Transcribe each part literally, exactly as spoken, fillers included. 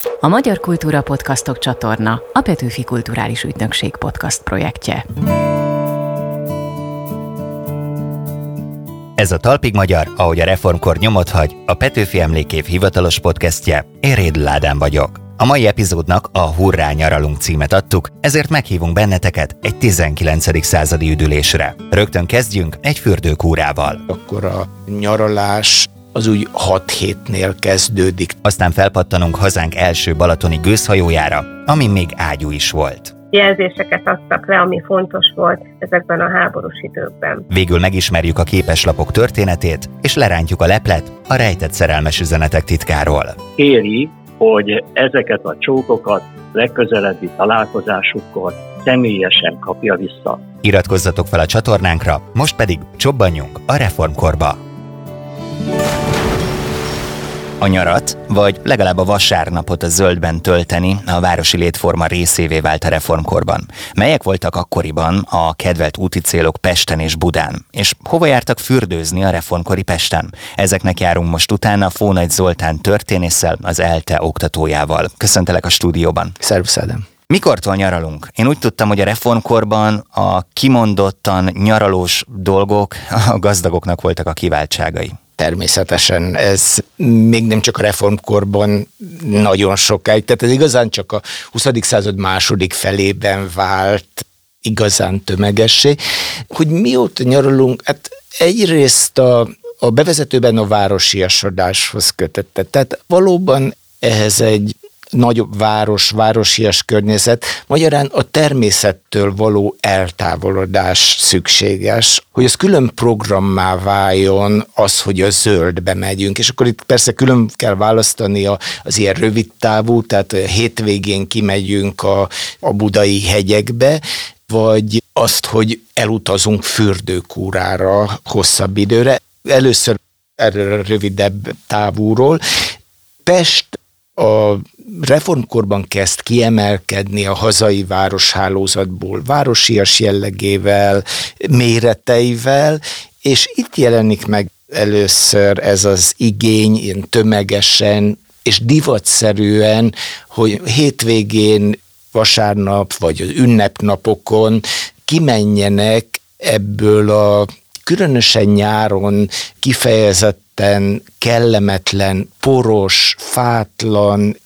A Magyar Kultúra Podcastok csatorna a Petőfi Kulturális Ügynökség podcast projektje. Ez a Talpig Magyar, ahogy a reformkor nyomot hagy, a Petőfi Emlékév hivatalos podcastje. Én Rédl Ádám vagyok. A mai epizódnak a Hurrá nyaralunk címet adtuk, ezért meghívunk benneteket egy tizenkilencedik századi üdülésre. Rögtön kezdjünk egy fürdőkúrával. Akkor a nyaralás az úgy hat hétnél kezdődik. Aztán felpattanunk hazánk első balatoni gőzhajójára, amin még ágyú is volt. Jelzéseket adtak le, ami fontos volt ezekben a háborús időkben. Végül megismerjük a képeslapok történetét, és lerántjuk a leplet a rejtett szerelmes üzenetek titkáról. Kéri, hogy ezeket a csókokat legközelebbi találkozásukkor személyesen kapja vissza. Iratkozzatok fel a csatornánkra, most pedig csobbanjunk a reformkorba. A nyarat, vagy legalább a vasárnapot a zöldben tölteni a városi létforma részévé vált a reformkorban. Melyek voltak akkoriban a kedvelt úti célok Pesten és Budán? És hova jártak fürdőzni a reformkori Pesten? Ezeknek járunk most utána Fónagy Zoltán történésszel, az ELTE oktatójával. Köszöntelek a stúdióban. Szervusz, Ádám. Mikortól nyaralunk? Én úgy tudtam, hogy a reformkorban a kimondottan nyaralós dolgok a gazdagoknak voltak a kiváltságai. Természetesen ez még nem csak a reformkorban nagyon sokáig, tehát ez igazán csak a huszadik század második felében vált igazán tömegessé. Hogy mióta nyaralunk, hát egyrészt a, a bevezetőben a városiasodáshoz kötötte. Tehát valóban ehhez egy nagyobb város, városias környezet, magyarán a természettől való eltávolodás szükséges, hogy az külön programmá váljon az, hogy a zöldbe megyünk, és akkor itt persze külön kell választani a, az ilyen rövid távú, tehát hétvégén kimegyünk a, a budai hegyekbe, vagy azt, hogy elutazunk fürdőkúrára hosszabb időre. Először erről a rövidebb távúról. Pest a reformkorban kezd kiemelkedni a hazai városhálózatból, városias jellegével, méreteivel, és itt jelenik meg először ez az igény, ilyen tömegesen és divatszerűen, hogy hétvégén, vasárnap vagy az ünnepnapokon kimenjenek ebből a különösen nyáron kifejezetten kellemetlen, poros, fátlan,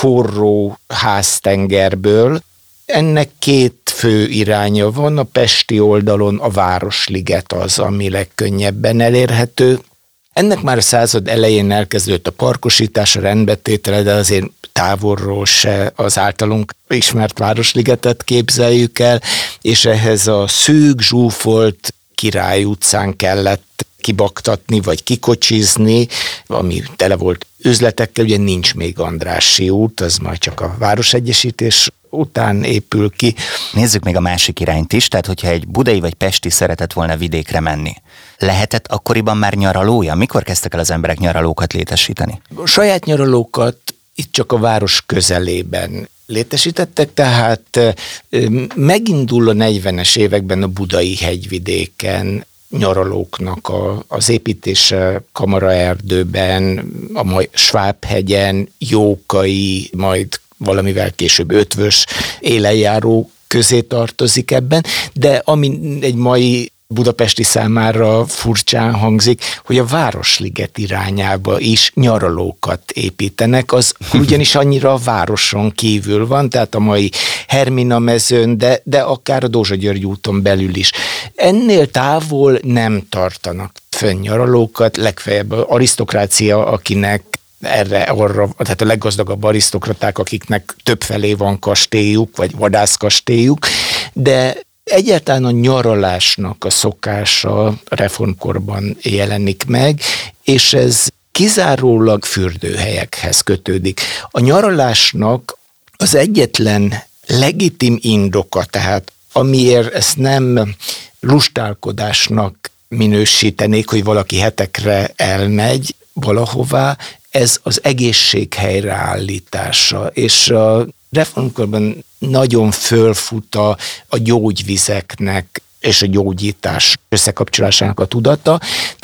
forró háztengerből. Ennek két fő iránya van, a pesti oldalon a Városliget az, ami legkönnyebben elérhető. Ennek már a század elején elkezdődött a parkosítás, a rendbetétele, de azért távolról se az általunk ismert Városligetet képzeljük el, és ehhez a szűk, zsúfolt Király utcán kellett kibaktatni, vagy kikocsizni, ami tele volt üzletekkel, ugye nincs még Andrássy út, az majd csak a városegyesítés után épül ki. Nézzük még a másik irányt is, tehát hogyha egy budai vagy pesti szeretett volna vidékre menni, lehetett akkoriban már nyaralója? Mikor kezdtek el az emberek nyaralókat létesíteni? A saját nyaralókat itt csak a város közelében létesítettek, tehát megindul a negyvenes években a budai hegyvidéken nyaralóknak a, az építése Kamaraerdőben, a majd Svábhegyen, Jókai, majd valamivel később Ötvös élenjáró közé tartozik ebben, de ami egy mai budapesti számára furcsán hangzik, hogy a Városliget irányába is nyaralókat építenek, az ugyanis annyira a városon kívül van, tehát a mai Hermina mezőn, de, de akár a Dózsa György úton belül is. Ennél távol nem tartanak fönn nyaralókat, legfeljebb az arisztokrácia, akinek erre, arra, tehát a leggazdagabb arisztokraták, akiknek többfelé van kastélyuk, vagy vadászkastélyuk, de egyáltalán a nyaralásnak a szokása reformkorban jelenik meg, és ez kizárólag fürdőhelyekhez kötődik. A nyaralásnak az egyetlen legitim indoka, tehát amiért ezt nem lustálkodásnak minősítenék, hogy valaki hetekre elmegy valahová, ez az egészség helyreállítása, és a reformkorban nagyon fölfut a, a gyógyvizeknek és a gyógyítás összekapcsolásának a tudata, tehát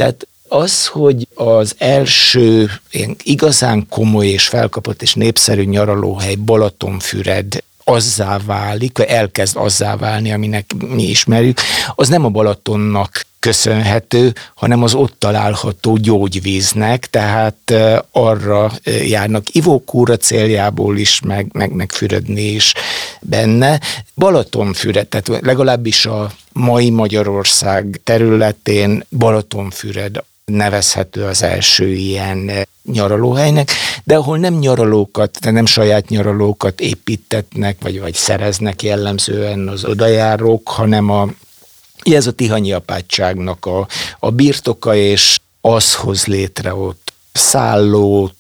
Az, hogy az első ilyen igazán komoly és felkapott és népszerű nyaralóhely Balatonfüred azzá válik, vagy elkezd azzá válni, aminek mi ismerjük, az nem a Balatonnak köszönhető, hanem az ott található gyógyvíznek, tehát arra járnak ivókúra céljából is, meg, meg, meg fürödni is benne. Balatonfüred, tehát legalábbis a mai Magyarország területén Balatonfüred nevezhető az első ilyen nyaralóhelynek, de ahol nem nyaralókat, de nem saját nyaralókat építetnek, vagy, vagy szereznek jellemzően az odajárók, hanem a ez a tihanyi apátságnak a, a birtoka, és az hoz létre ott szállót,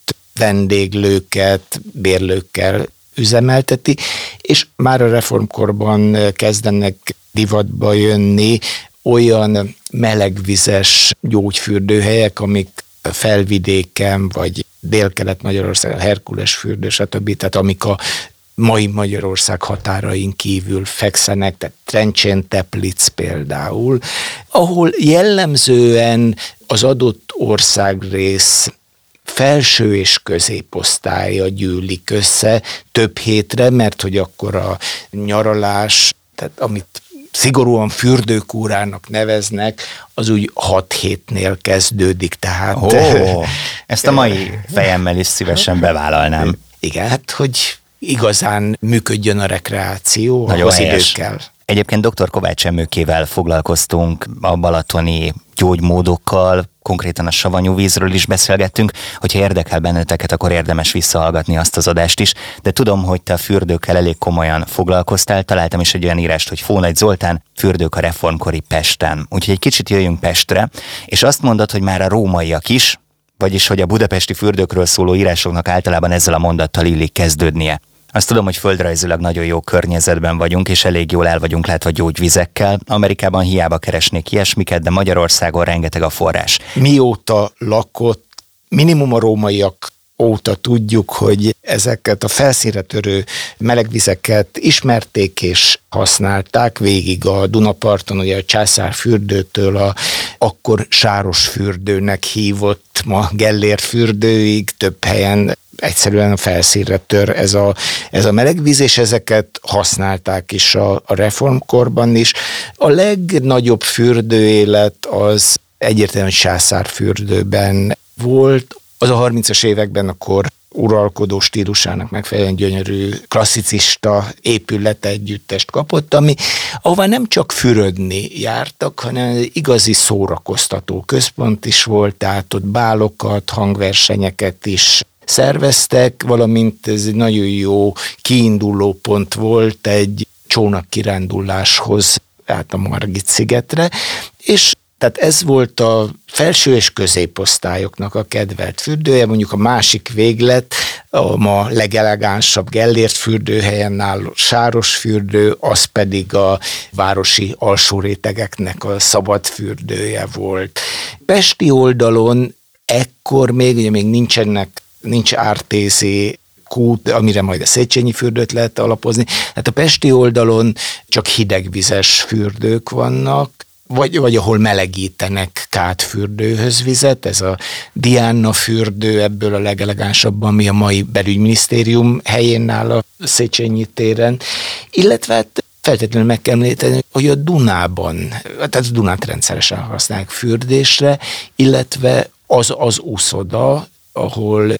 vendéglőket, bérlőkkel üzemelteti, és már a reformkorban kezdenek divatba jönni olyan melegvizes gyógyfürdőhelyek, amik felvidéken, vagy Délkelet-Magyarországon, Herkules fürdő, stb. Tehát amik a mai Magyarország határain kívül fekszenek, tehát Trencsén-Teplic például, ahol jellemzően az adott országrész felső és középosztálya gyűlik össze több hétre, mert hogy akkor a nyaralás, tehát amit szigorúan fürdőkúrának neveznek, az úgy hat hétnél kezdődik, tehát... Ó, ezt a mai fejemmel is szívesen bevállalnám. Igen, hát hogy igazán működjön a rekreáció nagyon az helyes. időkkel. Egyébként dr. Kovács Emőkével foglalkoztunk a balatoni gyógymódokkal, konkrétan a savanyú vízről is beszélgettünk, hogyha érdekel benneteket, akkor érdemes visszahallgatni azt az adást is, de tudom, hogy te a fürdőkkel elég komolyan foglalkoztál, találtam is egy olyan írást, hogy Fónagy Zoltán, fürdők a reformkori Pesten. Úgyhogy egy kicsit jöjjünk Pestre, és azt mondod, hogy már a rómaiak is, vagyis hogy a budapesti fürdőkről szóló írásoknak általában ezzel a mondattal illik kezdődnie. Azt tudom, hogy földrajzilag nagyon jó környezetben vagyunk, és elég jól el vagyunk látva gyógyvizekkel. Amerikában hiába keresnék ilyesmiket, de Magyarországon rengeteg a forrás. Mióta lakott, minimum a rómaiak óta tudjuk, hogy ezeket a felszínre törő melegvizeket ismerték és használták végig a Dunaparton, ugye a Császárfürdőtől a akkor Sárosfürdőnek hívott, ma Gellért fürdőig több helyen egyszerűen a felszínre tör ez a, ez a melegvíz, és ezeket használták is a, a reformkorban is. A legnagyobb fürdőélet az egyértelműen Császárfürdőben volt. Az a harmincas években akkor uralkodó stílusának megfelelően gyönyörű klasszicista épület együttest kapott, ami, ahová nem csak fürödni jártak, hanem igazi szórakoztató központ is volt, tehát ott bálokat, hangversenyeket is szerveztek, valamint ez egy nagyon jó kiinduló pont volt egy csónakkiránduláshoz át a Margit-szigetre, és tehát ez volt a felső és középosztályoknak a kedvelt fürdője, mondjuk a másik véglet, a ma legelegánsabb Gellért fürdőhelyen álló Sárosfürdő, az pedig a városi alsó rétegeknek a szabad fürdője volt. Pesti oldalon ekkor még, ugye még nincsenek, nincs ártézi kút, amire majd a Széchenyi fürdőt lehet alapozni, hát a pesti oldalon csak hidegvizes fürdők vannak, Vagy, vagy ahol melegítenek kátfürdőhöz vizet, ez a Diana fürdő ebből a legelegánsabban, ami a mai belügyminisztérium helyén áll a Széchenyi téren, illetve hát feltétlenül meg kell említeni, hogy a Dunában, tehát a Dunát rendszeresen használják fürdésre, illetve az az úszoda, ahol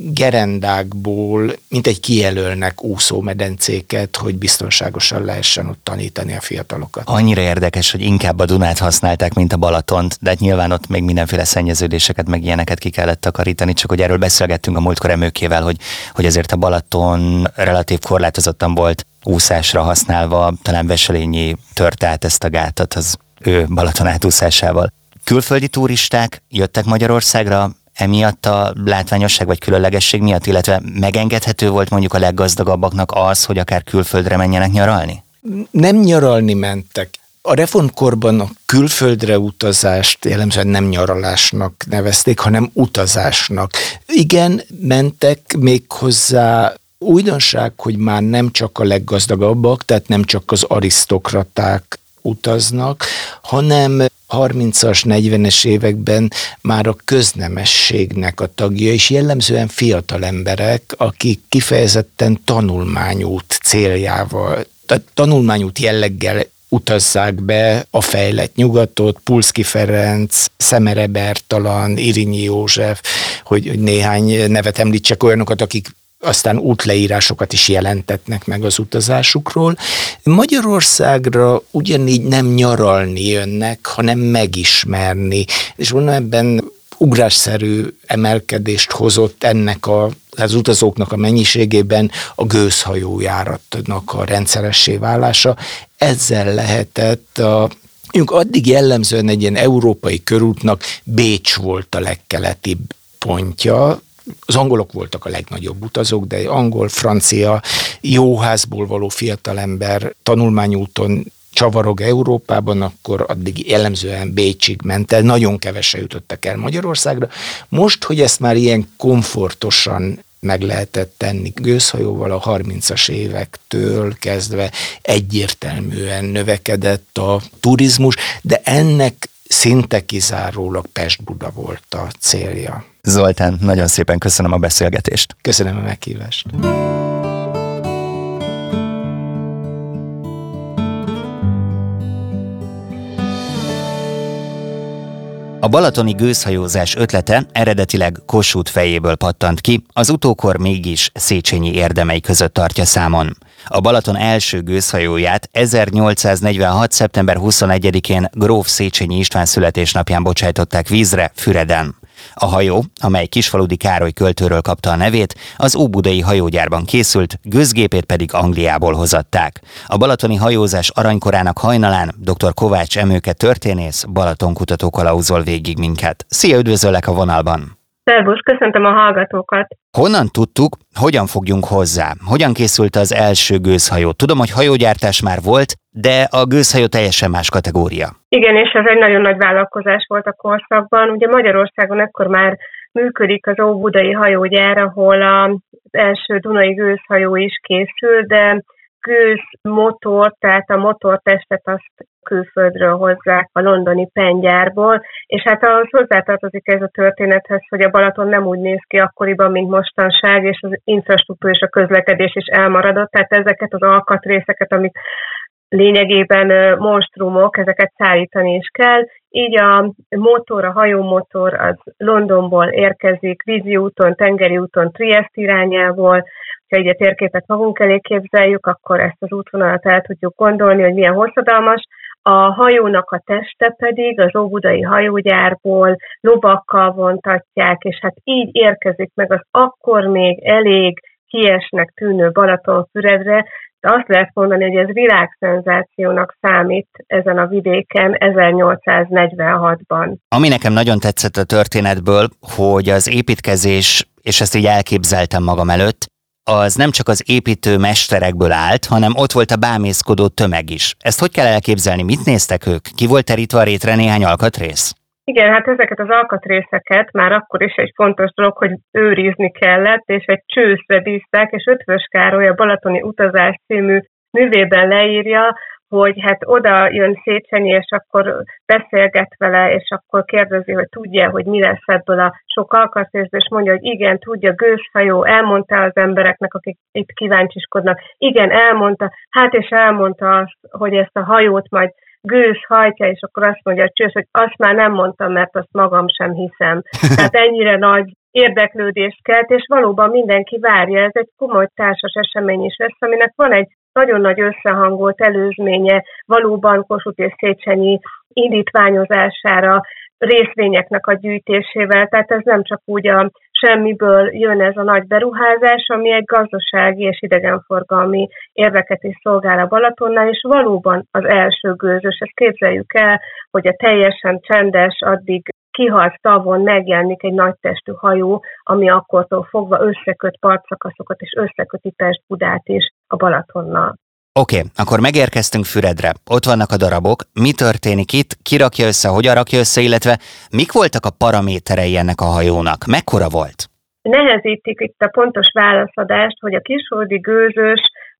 gerendákból mintegy kijelölnek úszómedencéket, hogy biztonságosan lehessen ott tanítani a fiatalokat. Annyira érdekes, hogy inkább a Dunát használták, mint a Balatont, de hát nyilván ott még mindenféle szennyeződéseket, meg ilyeneket ki kellett takarítani, csak hogy erről beszélgettünk a múltkor Emőkével, hogy, hogy azért a Balaton relatív korlátozottan volt úszásra használva, talán Veselényi törte át ezt a gátat az ő Balaton átúszásával. Külföldi turisták jöttek Magyarországra emiatt a látványosság vagy különlegesség miatt, illetve megengedhető volt mondjuk a leggazdagabbaknak az, hogy akár külföldre menjenek nyaralni? Nem nyaralni mentek. A reformkorban a külföldre utazást jellemzően nem nyaralásnak nevezték, hanem utazásnak. Igen, mentek még hozzá. Újdonság, hogy már nem csak a leggazdagabbak, tehát nem csak az arisztokraták utaznak, hanem harmincas, negyvenes években már a köznemességnek a tagja, és jellemzően fiatal emberek, akik kifejezetten tanulmányút céljával, tehát tanulmányút jelleggel utazzák be a fejlett nyugatot, Pulszky Ferenc, Szemere Bertalan, Irinyi József, hogy néhány nevet említsek, olyanokat, akik aztán útleírásokat is jelentetnek meg az utazásukról. Magyarországra ugyanígy nem nyaralni jönnek, hanem megismerni. És mondom, ebben ugrásszerű emelkedést hozott ennek a, az utazóknak a mennyiségében a gőzhajójáratnak a rendszeressé válása. Ezzel lehetett a addig jellemzően egy ilyen európai körútnak Bécs volt a legkeletibb pontja. Az angolok voltak a legnagyobb utazók, de egy angol, francia, jóházból való fiatalember tanulmányúton csavarog Európában, akkor addig jellemzően Bécsig ment el, nagyon kevesen jutottak el Magyarországra. Most, hogy ezt már ilyen komfortosan meg lehetett tenni gőzhajóval, a harmincas évektől kezdve egyértelműen növekedett a turizmus, de ennek szinte kizárólag Pest-Buda volt a célja. Zoltán, nagyon szépen köszönöm a beszélgetést. Köszönöm a meghívást. A balatoni gőzhajózás ötlete eredetileg Kossuth fejéből pattant ki, az utókor mégis Széchenyi érdemei között tartja számon. A Balaton első gőzhajóját ezernyolcszáznegyvenhat. szeptember huszonegyedikén gróf Széchenyi István születésnapján bocsájtották vízre Füreden. A hajó, amely Kisfaludy Károly költőről kapta a nevét, az óbudai hajógyárban készült, gőzgépét pedig Angliából hozatták. A balatoni hajózás aranykorának hajnalán dr. Kovács Emőke történész Balatonkutató kalauzol végig minket. Szia, üdvözöllek a vonalban! Szervusz, köszöntöm a hallgatókat! Honnan tudtuk, hogyan fogjunk hozzá? Hogyan készült az első gőzhajó? Tudom, hogy hajógyártás már volt, de a gőzhajó teljesen más kategória. Igen, és ez egy nagyon nagy vállalkozás volt a korszakban. Ugye Magyarországon ekkor már működik az óbudai hajógyár, ahol az első Dunai gőzhajó is készül, de gőzmotor, tehát a motortestet azt külföldről hozzák a londoni pengyárból, és hát ahhoz hozzátartozik ez a történethez, hogy a Balaton nem úgy néz ki akkoriban, mint mostanság, és az infrastruktúra és a közlekedés is elmaradott, tehát ezeket az alkatrészeket, amik lényegében monstrumok, ezeket szállítani is kell. Így a motor, a hajómotor az Londonból érkezik, vízi úton, tengeri úton, Triest irányából. Ha egy térképet magunk elé képzeljük, akkor ezt az útvonalat el tudjuk gondolni, hogy milyen hosszadalmas. A hajónak a teste pedig az óbudai hajógyárból lovakkal vontatják, és hát így érkezik meg az akkor még elég kiesnek tűnő Balatonfüredre. De azt lehet mondani, hogy ez világszenzációnak számít ezen a vidéken ezernyolcszáznegyvenhatban. Ami nekem nagyon tetszett a történetből, hogy az építkezés, és ezt így elképzeltem magam előtt, az nem csak az építő mesterekből állt, hanem ott volt a bámészkodó tömeg is. Ezt hogy kell elképzelni? Mit néztek ők? Ki volt terítve a rétre néhány alkatrész? Igen, hát ezeket az alkatrészeket már akkor is egy fontos dolog, hogy őrizni kellett, és egy csőszre bízták, és Ötvös Károly a Balatoni utazás című művében leírja, hogy hát oda jön Széchenyi, és akkor beszélget vele, és akkor kérdezi, hogy tudja, hogy mi lesz ebből a sok alkatrészből, és mondja, hogy igen, tudja, gőzhajó, elmondta az embereknek, akik itt kíváncsiskodnak, igen, elmondta, hát és elmondta azt, hogy ezt a hajót majd gőz hajtja, és akkor azt mondja a csősz, hogy azt már nem mondtam, mert azt magam sem hiszem. Tehát ennyire nagy érdeklődést kelt, és valóban mindenki várja, ez egy komoly társas esemény is lesz, aminek van egy nagyon nagy összehangolt előzménye, valóban Kossuth és Széchenyi indítványozására, részvényeknek a gyűjtésével, tehát ez nem csak úgy a semmiből jön ez a nagy beruházás, ami egy gazdasági és idegenforgalmi érdeket is szolgál a Balatonnál, és valóban az első gőzös. Ezt képzeljük el, hogy a teljesen csendes, addig kihalt tavon megjelenik egy nagy testű hajó, ami akkortól fogva összeköt partszakaszokat, és összeköti Pest-Budát is a Balatonnal. Oké, okay, akkor megérkeztünk Füredre. Ott vannak a darabok. Mi történik itt? Ki rakja össze, hogyan rakja össze, illetve mik voltak a paraméterei ennek a hajónak? Mekkora volt? Nehezítik itt a pontos válaszadást, hogy a kisföldi gőzös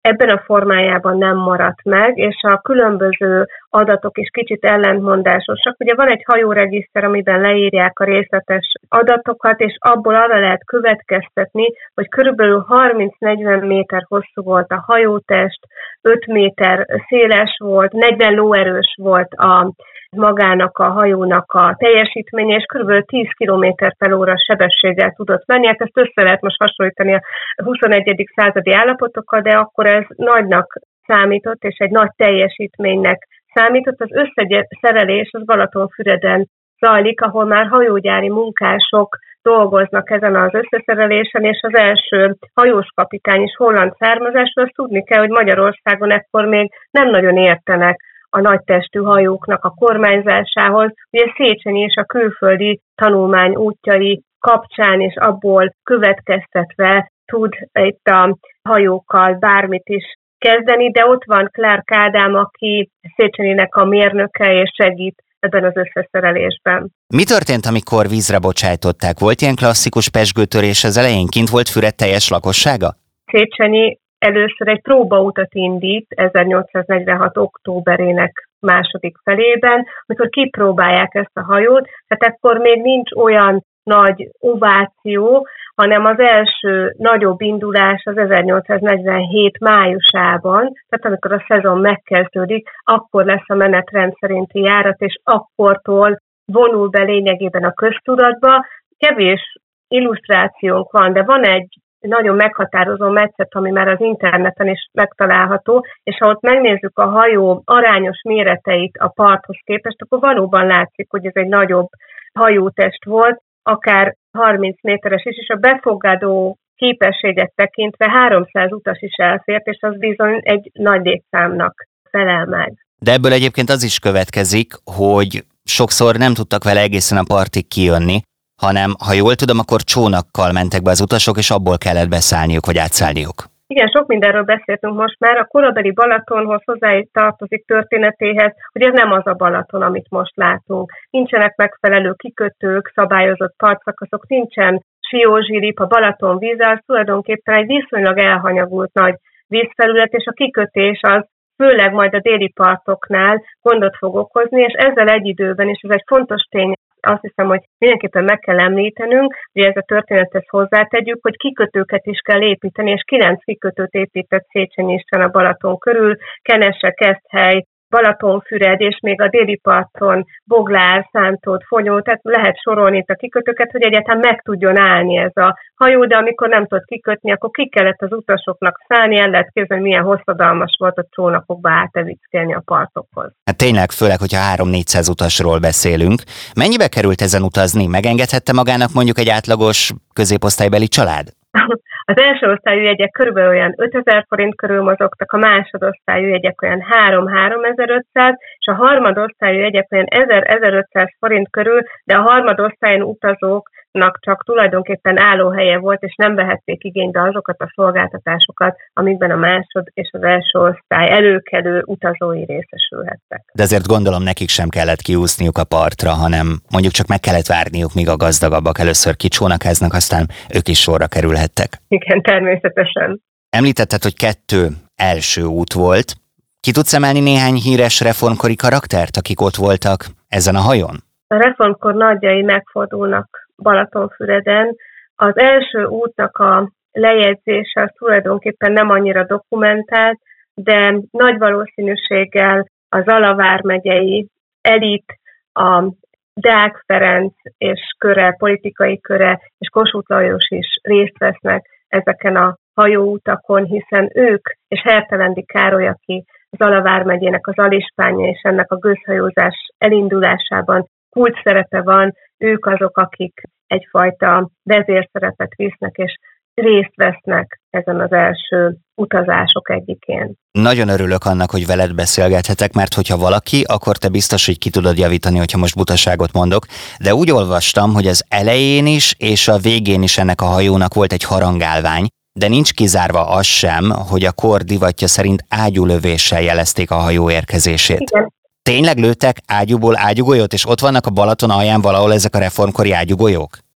ebben a formájában nem maradt meg, és a különböző adatok is kicsit ellentmondásosak. Ugye van egy hajóregiszter, amiben leírják a részletes adatokat, és abból arra lehet következtetni, hogy körülbelül harminc-negyven méter hosszú volt a hajótest, öt méter széles volt, negyven lóerős volt a magának a hajónak a teljesítménye, és kb. tíz kilométer per óra sebességgel tudott menni. Hát ezt össze lehet most hasonlítani a huszonegyedik századi állapotokkal, de akkor ez nagynak számított, és egy nagy teljesítménynek számított. Az összeszerelés az Balatonfüreden zajlik, ahol már hajógyári munkások dolgoznak ezen az összeszerelésen, és az első hajóskapitány is holland származású. Azt tudni kell, hogy Magyarországon ekkor még nem nagyon értenek a nagytestű hajóknak a kormányzásához. Ugye Széchenyi és a külföldi tanulmány útjai kapcsán és abból következtetve tud itt a hajókkal bármit is kezdeni, de ott van Clark Ádám, aki Széchenyinek a mérnöke és segít ebben az összeszerelésben. Mi történt, amikor vízre bocsájtották? Volt ilyen klasszikus pezsgőtörés az elején? Kint volt Füred teljes lakossága? Széchenyi először egy próbautat indít ezernyolcszáznegyvenhat októberének második felében, amikor kipróbálják ezt a hajót, tehát ekkor még nincs olyan nagy ováció, hanem az első nagyobb indulás az ezernyolcszáznegyvenhét májusában, tehát amikor a szezon megkezdődik, akkor lesz a menetrend szerinti járat, és akkortól vonul be lényegében a köztudatba. Kevés illusztrációnk van, de van egy nagyon meghatározó metszet, ami már az interneten is megtalálható, és ha ott megnézzük a hajó arányos méreteit a parthoz képest, akkor valóban látszik, hogy ez egy nagyobb hajótest volt, akár harminc méteres is, és a befogadó képességet tekintve háromszáz utas is elfért, és az bizony egy nagy létszámnak felel meg. De ebből egyébként az is következik, hogy sokszor nem tudtak vele egészen a partig kijönni, hanem, ha jól tudom, akkor csónakkal mentek be az utasok, és abból kellett beszállniuk, vagy átszállniuk. Igen, sok mindenről beszéltünk most már. A korabeli Balatonhoz hozzá tartozik történetéhez, hogy ez nem az a Balaton, amit most látunk. Nincsenek megfelelő kikötők, szabályozott partszakaszok, nincsen siózsilip, a Balaton víze, az tulajdonképpen egy viszonylag elhanyagult nagy vízfelület, és a kikötés az főleg majd a déli partoknál gondot fog okozni, és ezzel egy időben, és ez egy fontos tény, azt hiszem, hogy mindenképpen meg kell említenünk, hogy ez a történethez hozzátegyük, hogy kikötőket is kell építeni, és kilenc kikötőt épített Széchenyi István a Balaton körül, Kenese, Keszthely, Balatonfüred, és még a déli parton Boglár, Szántód, Fonyó, tehát lehet sorolni itt a kikötőket, hogy egyáltalán meg tudjon állni ez a hajó, de amikor nem tud kikötni, akkor ki kellett az utasoknak szállni, el lehet képzelni, milyen hosszadalmas volt a csónakokba átevickelni a partokhoz. Hát tényleg, főleg, hogyha három-négyszáz utasról beszélünk. Mennyibe került ezen utazni? Megengedhette magának mondjuk egy átlagos középosztálybeli család? Az első osztályú jegyek körülbelül olyan ötezer forint körül mozogtak, a másodosztályú jegyek olyan három-háromezer-ötszáz, és a harmadosztályú jegyek olyan ezer-ezerötszáz forint körül, de a harmadosztályon utazóknak csak tulajdonképpen állóhelye volt, és nem vehették igénybe azokat a szolgáltatásokat, amikben a másod és az első osztály előkelő utazói részesülhettek. De azért gondolom, nekik sem kellett kiúszniuk a partra, hanem mondjuk csak meg kellett várniuk, míg a gazdagabbak először kicsónakáznak, aztán ők is sorra kerülhettek. Igen, természetesen. Említetted, hogy kettő első út volt. Ki tudsz emelni néhány híres reformkori karaktert, akik ott voltak ezen a hajón? A reformkor nagyjai megfordulnak Balatonfüreden. Az első útnak a lejegyzése az tulajdonképpen nem annyira dokumentált, de nagy valószínűséggel az Zala vármegyei elit, a Deák Ferenc és köre, politikai köre, és Kossuth Lajos is részt vesznek ezeken a hajóutakon, hiszen ők, és Hertelendi Károly, aki Zala vármegyének az alispánja, és ennek a gőzhajózás elindulásában kulcs szerepe van, ők azok, akik egyfajta vezérszerepet visznek, és részt vesznek ezen az első utazások egyikén. Nagyon örülök annak, hogy veled beszélgethetek, mert hogyha valaki, akkor te biztos, hogy ki tudod javítani, hogyha most butaságot mondok, de úgy olvastam, hogy az elején is és a végén is ennek a hajónak volt egy harangálvány, de nincs kizárva az sem, hogy a kor divatja szerint ágyúlövéssel jelezték a hajó érkezését. Igen. Tényleg lőttek ágyúból ágyúgolyót, és ott vannak a Balaton alján valahol ezek a reformkori ágyúgolyók?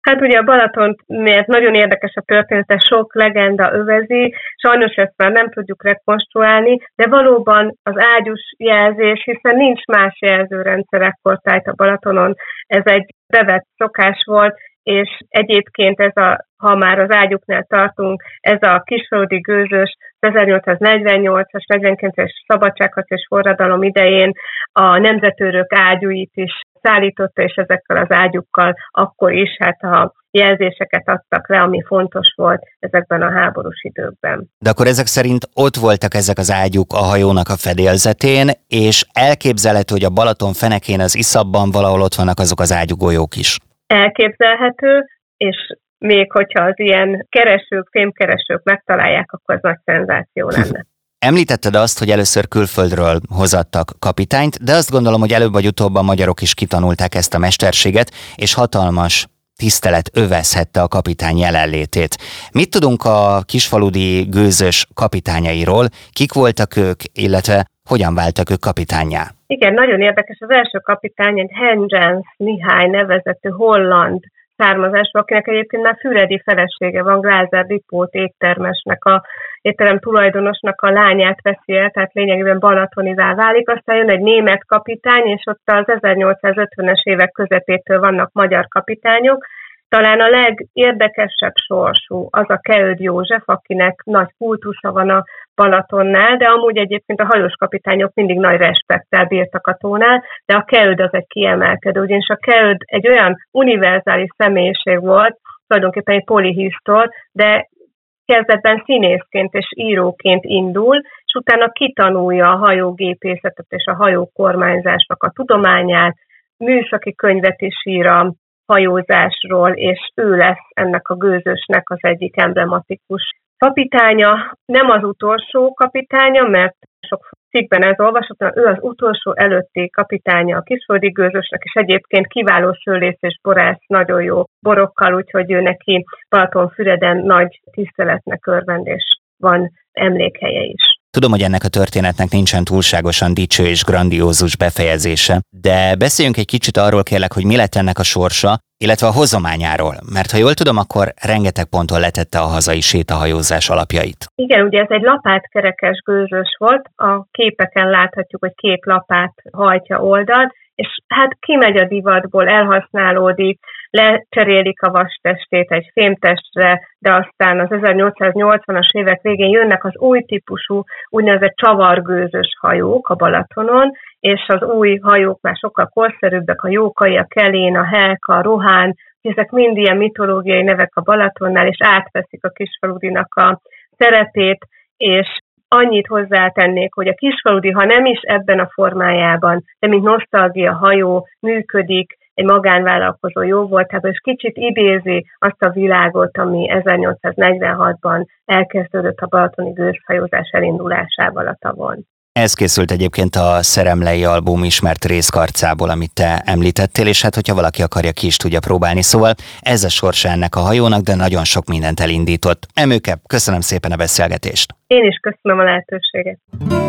Hát ugye a Balatont miért nagyon érdekes a története, sok legenda övezi, sajnos ezt már nem tudjuk rekonstruálni, de valóban az ágyús jelzés, hiszen nincs más jelzőrendszer ekkortájt a Balatonon, ez egy bevett szokás volt, és egyébként ez a, ha már az ágyuknál tartunk, ez a kisfaludi gőzös ezernyolcszáznegyvennyolcas, negyvenkilences szabadságharc és forradalom idején a nemzetőrök ágyúit is szállította, és ezekkel az ágyukkal akkor is hát a jelzéseket adtak le, ami fontos volt ezekben a háborús időkben. De akkor ezek szerint ott voltak ezek az ágyuk a hajónak a fedélzetén, és elképzelhető, hogy a Balaton fenekén az iszapban valahol ott vannak azok az ágyugolyók is. Elképzelhető, és még hogyha az ilyen keresők, fémkeresők megtalálják, akkor az nagy szenzáció lenne. Említetted azt, hogy először külföldről hozattak kapitányt, de azt gondolom, hogy előbb vagy utóbb a magyarok is kitanulták ezt a mesterséget, és hatalmas tisztelet övezhette a kapitány jelenlétét. Mit tudunk a kisfaludi gőzös kapitányairól? Kik voltak ők, illetve hogyan váltak ők kapitánnyá? Igen, nagyon érdekes. Az első kapitány egy Hengens Mihály nevezetű holland származású, akinek egyébként már füredi felesége van, Glázer Lipót éttermesnek, a étterem tulajdonosnak a lányát veszi el, tehát lényegében balatonivá válik. Aztán jön egy német kapitány, és ott az ezernyolcszázötvenes évek közepétől vannak magyar kapitányok. Talán a legérdekesebb sorsú az a Keöd József, akinek nagy kultusza van a Balatonnál, de amúgy egyébként a hajós kapitányok mindig nagy respekttel bírtak a tónál, de a Keöd az egy kiemelkedő, ugyanis a Keöd egy olyan univerzális személyiség volt, tulajdonképpen egy polihisztor, de kezdetben színészként és íróként indul, és utána kitanulja a hajógépészetet és a hajókormányzásnak a tudományát, műszaki könyvet is ír a hajózásról, és ő lesz ennek a gőzösnek az egyik emblematikus kapitánya. Nem az utolsó kapitánya, mert sok cikkben ez olvasható, ő az utolsó előtti kapitánya a kisfaludi gőzösnek, és egyébként kiváló szőlész és borász, nagyon jó borokkal, úgyhogy ő neki Balatonfüreden nagy tiszteletnek örvendés van, emlékhelye is. Tudom, hogy ennek a történetnek nincsen túlságosan dicső és grandiózus befejezése, de beszéljünk egy kicsit arról kérlek, hogy mi lett ennek a sorsa, illetve a hozományáról, mert ha jól tudom, akkor rengeteg ponton letette a hazai sétahajózás alapjait. Igen, ugye ez egy lapátkerekes gőzös volt, a képeken láthatjuk, hogy két lapát hajtja oldalt, és hát kimegy a divatból, elhasználódik, lecserélik a vastestét egy fémtestre, de aztán az ezernyolcszáznyolcvanas évek végén jönnek az új típusú úgynevezett csavargőzös hajók a Balatonon, és az új hajók már sokkal korszerűbbek, a Jókai, a Kelén, a Helka, a Rohán, ezek mind ilyen mitológiai nevek a Balatonnál, és átveszik a kisfaludinak a szerepét, és annyit hozzátennék, hogy a kisfaludi, ha nem is ebben a formájában, de mint nosztalgia hajó működik, egy magánvállalkozó jó voltában, és kicsit idézi azt a világot, ami ezernyolcszáznegyvenhatban elkezdődött a balatoni gőzhajózás elindulásával a tavon. Ez készült egyébként a Szeremlei album ismert részkarcából, amit te említettél, és hát, hogyha valaki akarja, ki is tudja próbálni. Szóval ez a sorsa ennek a hajónak, de nagyon sok mindent elindított. Emőke, köszönöm szépen a beszélgetést. Én is köszönöm a lehetőséget.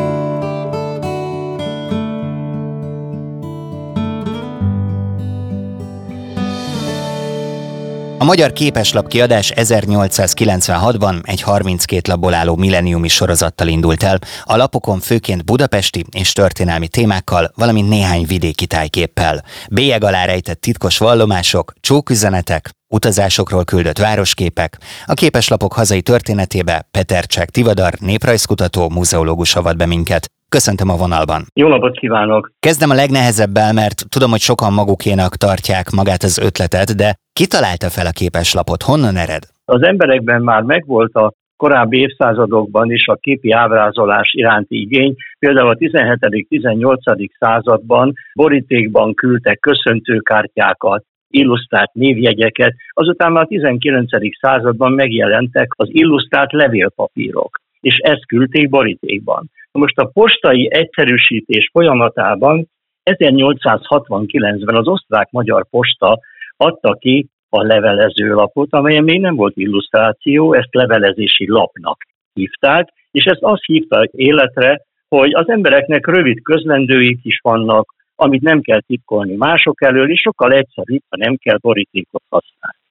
A Magyar Képeslap kiadás ezernyolcszázkilencvenhatban egy harminckét lapból álló milleniumi sorozattal indult el, a lapokon főként budapesti és történelmi témákkal, valamint néhány vidéki tájképpel. Bélyeg alá rejtett titkos vallomások, csóküzenetek, utazásokról küldött városképek. A képeslapok hazai történetébe Petercsák Tivadar, néprajzkutató, muzeológus avat be minket. Köszöntöm a vonalban. Jó napot kívánok! Kezdem a legnehezebbel, mert tudom, hogy sokan magukénak tartják magát az ötletet, de ki találta fel a képeslapot? Honnan ered? Az emberekben már megvolt a korábbi évszázadokban is a képi ábrázolás iránti igény. Például a tizenhetedik-tizennyolcadik században borítékban küldtek köszöntőkártyákat, illusztrált névjegyeket, azután már a tizenkilencedik században megjelentek az illusztrált levélpapírok, és ezt küldték borítékban. Most a postai egyszerűsítés folyamatában ezernyolcszázhatvankilencben az osztrák-magyar posta adta ki a levelezőlapot, amelyen még nem volt illusztráció, ezt levelezési lapnak hívták, és ezt azt hívta életre, hogy az embereknek rövid közlendőik is vannak, amit nem kell titkolni mások elől, és sokkal egyszerűbb, ha nem kell borítékot használni.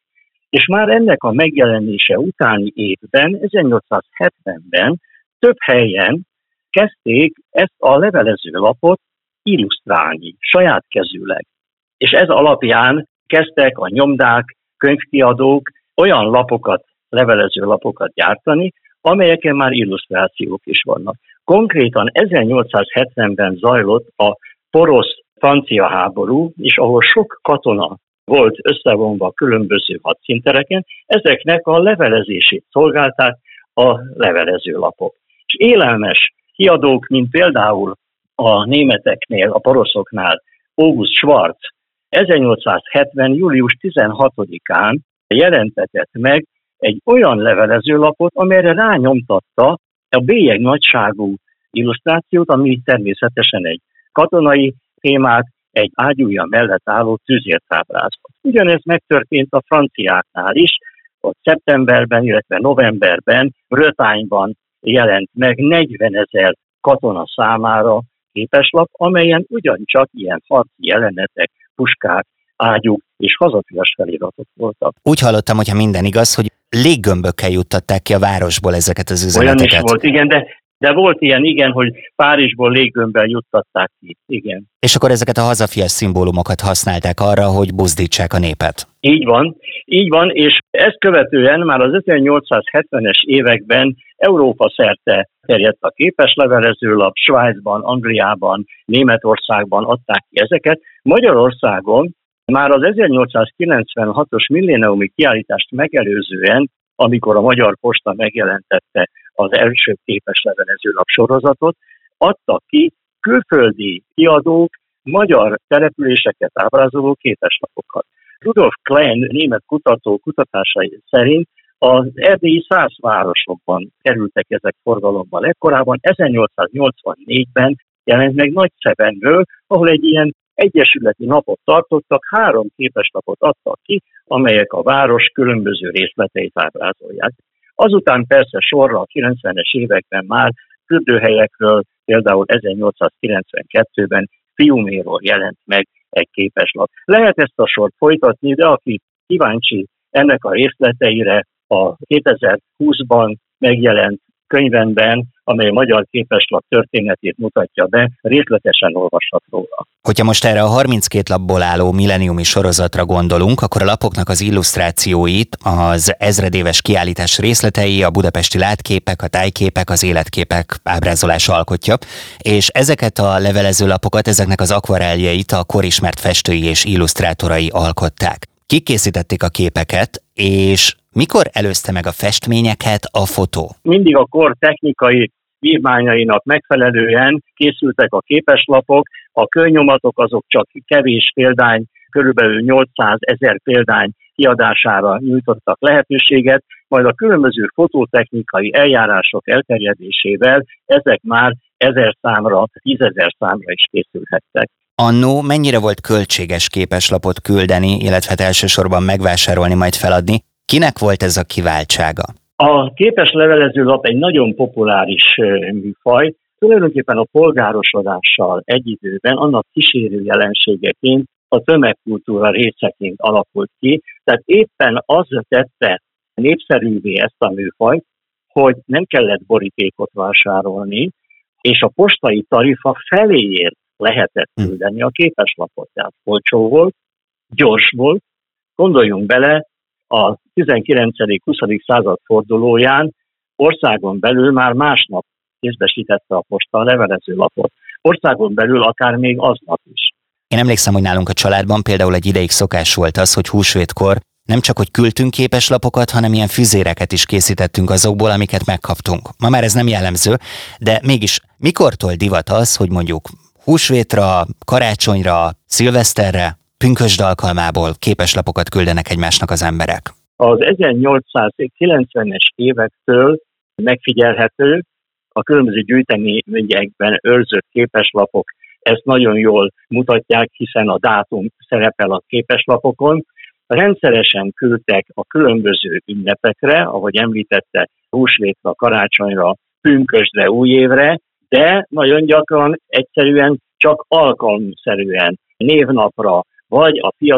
És már ennek a megjelenése utáni évben, ezernyolcszázhetvenben több helyen kezdték ezt a levelezőlapot illusztrálni, saját kezűleg. És ez alapján kezdtek a nyomdák, könyvkiadók olyan lapokat, levelezőlapokat gyártani, amelyeken már illusztrációk is vannak. Konkrétan ezernyolcszázhetvenben zajlott a porosz-francia háború, és ahol sok katona volt összevonva a különböző hadszíntereken, ezeknek a levelezését szolgálták a levelezőlapok. És élelmes kiadók, mint például a németeknél, a poroszoknál August Schwarz ezernyolcszázhetven. július tizenhatodikán jelentetett meg egy olyan levelezőlapot, amelyre rányomtatta a bélyeg nagyságú illusztrációt, ami természetesen egy katonai témát, egy ágyúja mellett álló tüzért ábrázol. Ugyanez megtörtént a franciáknál is, ott szeptemberben, illetve novemberben Bretagne-ban jelent meg negyvenezer katona számára képeslap, amelyen ugyancsak ilyen harci jelenetek, puskák, ágyúk és hazafias feliratok voltak. Úgy hallottam, hogyha minden igaz, hogy léggömbökkel juttatták ki a városból ezeket az üzeneteket. Olyan is volt, igen, de, de volt ilyen, igen, hogy Párizsból léggömbbel juttatták ki, igen. És akkor ezeket a hazafias szimbólumokat használták arra, hogy buzdítsák a népet. Így van, így van, és ezt követően már az ezernyolcszázhetvenes években Európa szerte terjedt a képeslevelezőlap, Svájcban, Angliában, Németországban adták ki ezeket. Magyarországon már az ezernyolcszázkilencvenhatos milléniumi kiállítást megelőzően, amikor a Magyar Posta megjelentette az első képeslevelezőlap sorozatot, adtak ki külföldi kiadók magyar településeket ábrázoló képeslapokat. Rudolf Klein német kutató kutatásai szerint az erdélyi szász városokban kerültek ezek forgalomba legkorábban. ezernyolcszáznyolcvannégyben jelent meg Nagyszebenről, ahol egy ilyen egyesületi napot tartottak, három képeslapot adtak ki, amelyek a város különböző részleteit ábrázolják. Azután persze sorra a kilencvenes években már fürdőhelyekről, például ezernyolcszázkilencvenkettőben Fiuméról jelent meg egy képeslap. Lehet ezt a sort folytatni, de aki kíváncsi ennek a részleteire, a kétezer-húszban megjelent könyvemben, amely a magyar képeslap történetét mutatja be, részletesen olvashat róla. Hogyha most erre a harminckét lapból álló milleniumi sorozatra gondolunk, akkor a lapoknak az illusztrációit az ezredéves kiállítás részletei, a budapesti látképek, a tájképek, az életképek ábrázolása alkotja, és ezeket a levelező lapokat, ezeknek az akvareljeit a korismert festői és illusztrátorai alkották. Kik készítették a képeket, és mikor előzte meg a festményeket a fotó? Mindig a kor technikai vívmányainak megfelelően készültek a képeslapok, a kőnyomatok azok csak kevés példány, körülbelül nyolcszázezer példány kiadására nyújtottak lehetőséget, majd a különböző fototechnikai eljárások elterjedésével ezek már ezer számra, tízezer számra is készülhettek. Annó mennyire volt költséges képeslapot küldeni, illetve elsősorban megvásárolni, majd feladni? Kinek volt ez a kiváltsága? A képes levelezőlap egy nagyon populáris műfaj, tulajdonképpen a polgárosodással egy időben annak kísérő jelenségeként, a tömegkultúra részeként alakult ki. Tehát éppen az tette népszerűvé ezt a műfajt, hogy nem kellett borítékot vásárolni, és a postai tarifa feléért lehetett küldeni a képeslapot. Tehát olcsó volt, gyors volt. Gondoljunk bele, a tizenkilencedik-huszadik század fordulóján országon belül már másnap kézbesítette a posta a levelezőlapot. Országon belül akár még aznap is. Én emlékszem, hogy nálunk a családban például egy ideig szokás volt az, hogy húsvétkor nem csak, hogy küldtünk képeslapokat, hanem ilyen füzéreket is készítettünk azokból, amiket megkaptunk. Ma már ez nem jellemző, de mégis mikortól divat az, hogy mondjuk húsvétra, karácsonyra, szilveszterre, pünkösd alkalmából képeslapokat küldenek egymásnak az emberek? Az ezernyolcszázkilencvenes évektől megfigyelhető, a különböző gyűjteményekben őrzött képeslapok ezt nagyon jól mutatják, hiszen a dátum szerepel a képeslapokon. Rendszeresen küldtek a különböző ünnepekre, ahogy említette, húsvétra, karácsonyra, pünkösdre, újévre, de nagyon gyakran egyszerűen csak alkalomszerűen névnapra, vagy a fiatalok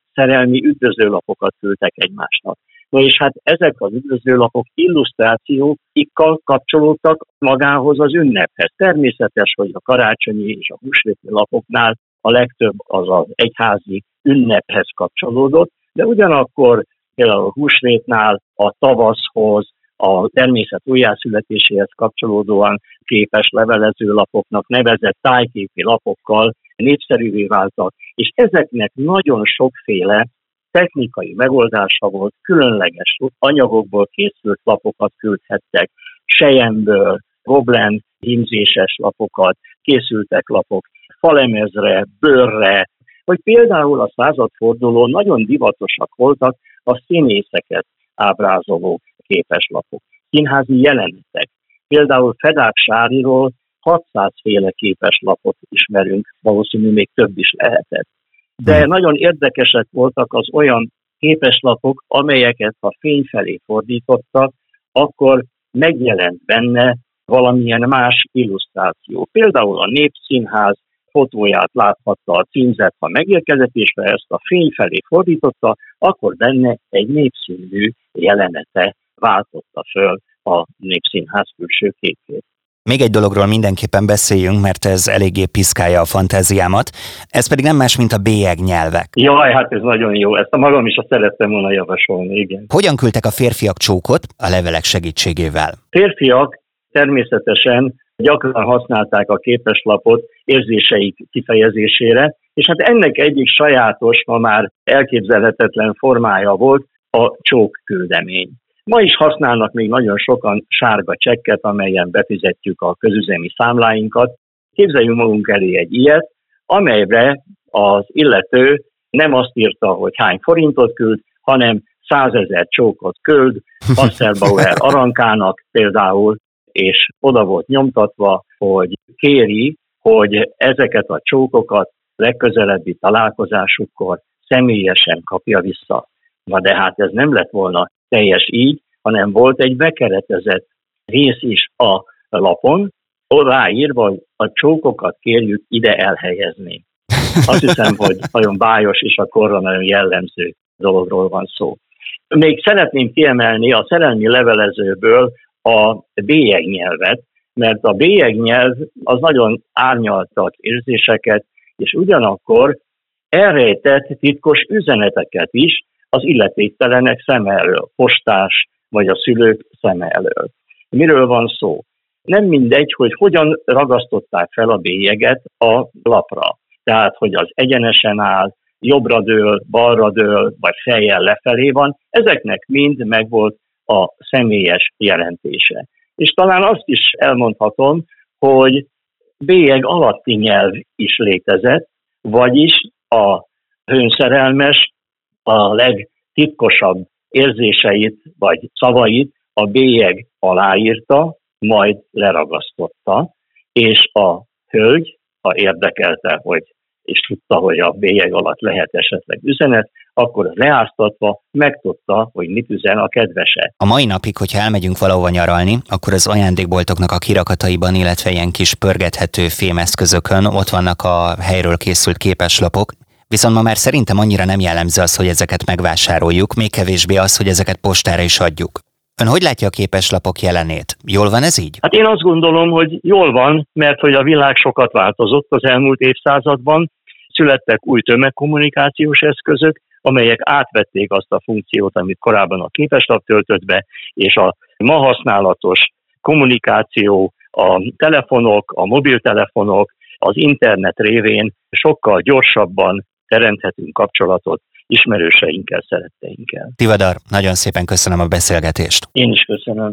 szerelmi üdvözlőlapokat küldtek egymásnak. Na és hát ezek az üdvözlőlapok illusztrációikkal kapcsolódtak magához az ünnephez. Természetes, hogy a karácsonyi és a húsvéti lapoknál a legtöbb az az egyházi ünnephez kapcsolódott, de ugyanakkor például a húsvétnál a tavaszhoz, a természet újjászületéséhez kapcsolódóan képes levelezőlapoknak nevezett tájképi lapokkal népszerűvé váltak, és ezeknek nagyon sokféle technikai megoldása volt, különleges anyagokból készült lapokat küldhettek, selyemből, goblen hímzéses lapokat, készültek lapok falemezre, bőrre, vagy például a századfordulón nagyon divatosak voltak a színészeket ábrázoló képeslapok, színházi jelenetek. Például Fedák Sáriról hatszáz féle képeslapot ismerünk, valószínű még több is lehetett. De nagyon érdekesek voltak az olyan képeslapok, amelyeket ha fény felé fordítottak, akkor megjelent benne valamilyen más illusztráció. Például a Népszínház fotóját láthatta a címzet, ha megérkezett, és ha ezt a fény felé fordította, akkor benne egy népszínű jelenete váltotta föl a Népszínház külső képét. Még egy dologról mindenképpen beszéljünk, mert ez eléggé piszkálja a fantáziámat, ez pedig nem más, mint a bélyegnyelvek. Jaj, hát ez nagyon jó, ezt a magam is azt szerettem volna javasolni, igen. Hogyan küldtek a férfiak csókot a levelek segítségével? Férfiak természetesen gyakran használták a képeslapot érzéseik kifejezésére, és hát ennek egyik sajátos, ma már elképzelhetetlen formája volt a csókküldemény. Ma is használnak még nagyon sokan sárga csekket, amelyen befizetjük a közüzemi számláinkat. Képzeljünk magunk elé egy ilyet, amelyre az illető nem azt írta, hogy hány forintot küld, hanem százezer csókot küld, Hasselbauer Arankának például, és oda volt nyomtatva, hogy kéri, hogy ezeket a csókokat legközelebbi találkozásukkor személyesen kapja vissza. Na de hát ez nem lett volna teljes így, hanem volt egy bekeretezett rész is a lapon, ráírva, hogy a csókokat kérjük ide elhelyezni. Azt hiszem, hogy nagyon bájos és a korra nagyon jellemző dologról van szó. Még szeretném kiemelni a szerelmi levelezőből a bélyegnyelvet, mert a bélyegnyelv az nagyon árnyalta az érzéseket, és ugyanakkor elrejtett titkos üzeneteket is az illetéktelenek szeme elől, postás vagy a szülők szeme elől. Miről van szó? Nem mindegy, hogy hogyan ragasztották fel a bélyeget a lapra. Tehát, hogy az egyenesen áll, jobbra dől, balra dől, vagy fejjel lefelé van, ezeknek mind megvolt a személyes jelentése. És talán azt is elmondhatom, hogy bélyeg alatti nyelv is létezett, vagyis a hőnszerelmes a legtitkosabb érzéseit vagy szavait a bélyeg aláírta, majd leragasztotta, és a hölgy, ha érdekelte, hogy és tudta, hogy a bélyeg alatt lehet esetleg üzenet, akkor leáztatva megtudta, hogy mit üzen a kedvese. A mai napig, hogyha elmegyünk valahova nyaralni, akkor az ajándékboltoknak a kirakataiban, illetve ilyen kis pörgethető fémeszközökön ott vannak a helyről készült képeslapok, viszont ma már szerintem annyira nem jellemző az, hogy ezeket megvásároljuk, még kevésbé az, hogy ezeket postára is adjuk. Ön hogy látja a képeslapok jelenét? Jól van ez így? Hát én azt gondolom, hogy jól van, mert hogy a világ sokat változott az elmúlt évszázadban, születtek új tömegkommunikációs eszközök, amelyek átvették azt a funkciót, amit korábban a képeslap töltött be, és a ma használatos kommunikáció, a telefonok, a mobiltelefonok, az internet révén sokkal gyorsabban teremthetünk kapcsolatot ismerőseinkkel, szeretteinkkel. Tivadar, nagyon szépen köszönöm a beszélgetést. Én is köszönöm.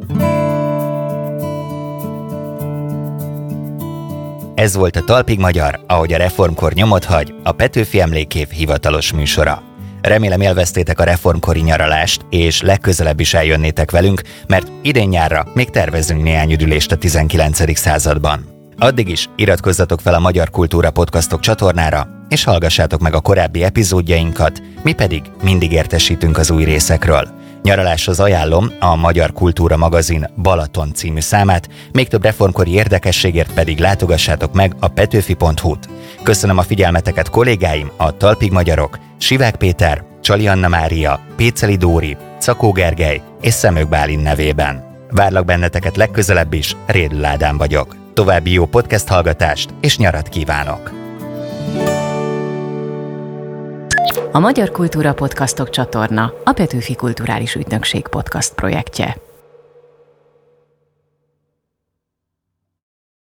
Ez volt a Talpig Magyar, ahogy a reformkor nyomot hagy, a Petőfi Emlékév hivatalos műsora. Remélem élveztétek a reformkori nyaralást, és legközelebb is eljönnétek velünk, mert idén nyárra még tervezünk néhány üdülést a tizenkilencedik században. Addig is iratkozzatok fel a Magyar Kultúra Podcastok csatornára, és hallgassátok meg a korábbi epizódjainkat, mi pedig mindig értesítünk az új részekről. Nyaraláshoz ajánlom a Magyar Kultúra magazin Balaton című számát, még több reformkori érdekességért pedig látogassátok meg a petőfi pont hu-t. Köszönöm a figyelmeteket kollégáim, a Talpig Magyarok, Sivák Péter Csali Anna Mária, Péceli Dóri, Szakó Gergely és Szemök Bálint nevében. Várlak benneteket legközelebb is, Rédl Ádám vagyok. További jó podcast hallgatást és nyarat kívánok! A Magyar Kultúra Podcastok csatorna a Petőfi Kulturális Ügynökség podcast projektje.